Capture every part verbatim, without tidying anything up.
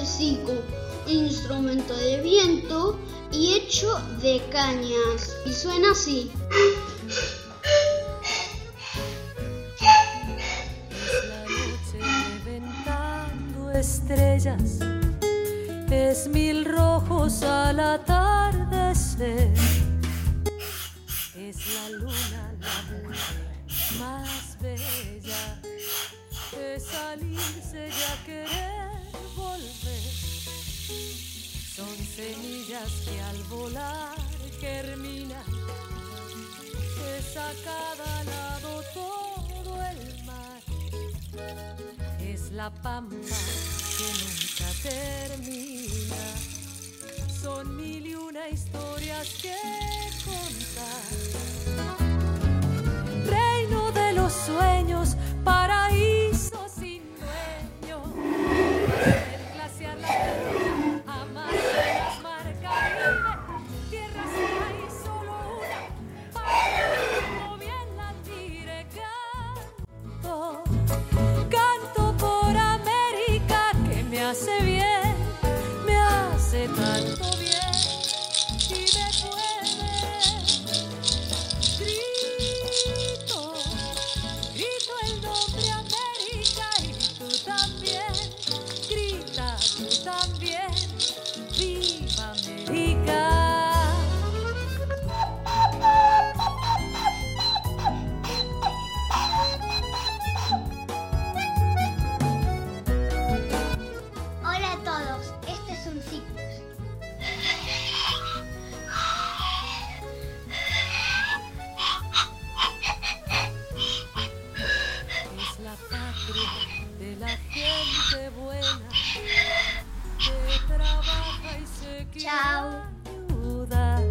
el sico, instrumento de viento y hecho de cañas. Y suena así. La noche reventando estrellas, es mil rojos al atardecer. Es la luna la mujer más bella, es salirse y a querer volver. Son semillas que al volar germinan, es a cada lado todo el mar. Es la pampa que nunca termina, son mil y una historias que contar. Reino de los sueños, paraíso sin dueño. El glaciar la tierra, Amazonas, Mar Caribe, tierra sola y solo una, para como bien la tire. Canto, canto por América que me hace bien, me hace tanto bien. Y me puede, grito, grito el nombre América y tú también, grita tú también, viva América. Hola a todos, este es un ciclo. Es la patria de la gente buena que trabaja y se quiere Chao. ayudar.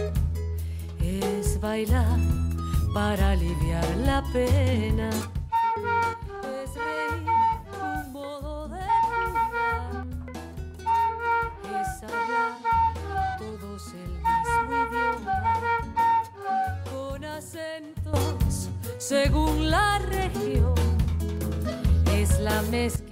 Es bailar para aliviar la pena. Es reír un modo de jugar. Es hablar todos el mismo idioma, con acentos según la región. Es la mezcla